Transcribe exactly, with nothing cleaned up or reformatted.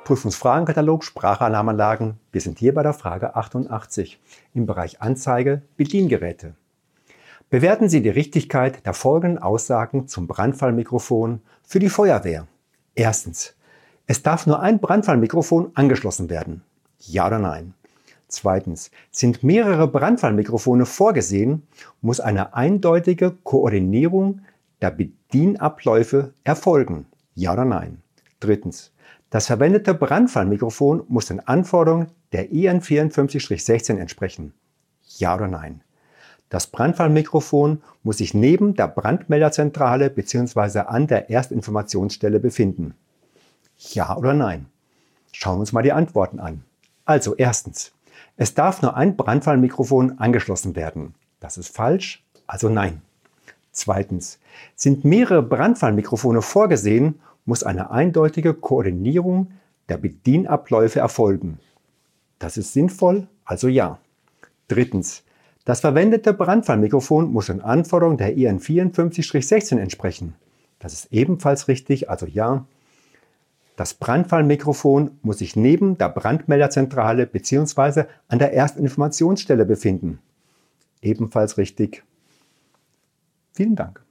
Prüfungsfragenkatalog Sprachalarmanlagen. Wir sind hier bei der Frage achtundachtzig im Bereich Anzeige Bediengeräte. Bewerten Sie die Richtigkeit der folgenden Aussagen zum Brandfallmikrofon für die Feuerwehr. Erstens. Es darf nur ein Brandfallmikrofon angeschlossen werden. Ja oder nein? Zweitens. Sind mehrere Brandfallmikrofone vorgesehen, muss eine eindeutige Koordinierung der Bedienabläufe erfolgen. Ja oder nein? Drittens. Das verwendete Brandfallmikrofon muss den Anforderungen der E N vierundfünfzig sechzehn entsprechen. Ja oder nein? Das Brandfallmikrofon muss sich neben der Brandmelderzentrale bzw. an der Erstinformationsstelle befinden. Ja oder nein? Schauen wir uns mal die Antworten an. Also erstens. Es darf nur ein Brandfallmikrofon angeschlossen werden. Das ist falsch, also nein. Zweitens. Sind mehrere Brandfallmikrofone vorgesehen, muss eine eindeutige Koordinierung der Bedienabläufe erfolgen. Das ist sinnvoll, also ja. Drittens. Das verwendete Brandfallmikrofon muss den Anforderungen der E N vierundfünfzig sechzehn entsprechen. Das ist ebenfalls richtig, also ja. Das Brandfallmikrofon muss sich neben der Brandmelderzentrale bzw. an der Erstinformationsstelle befinden. Ebenfalls richtig. Vielen Dank.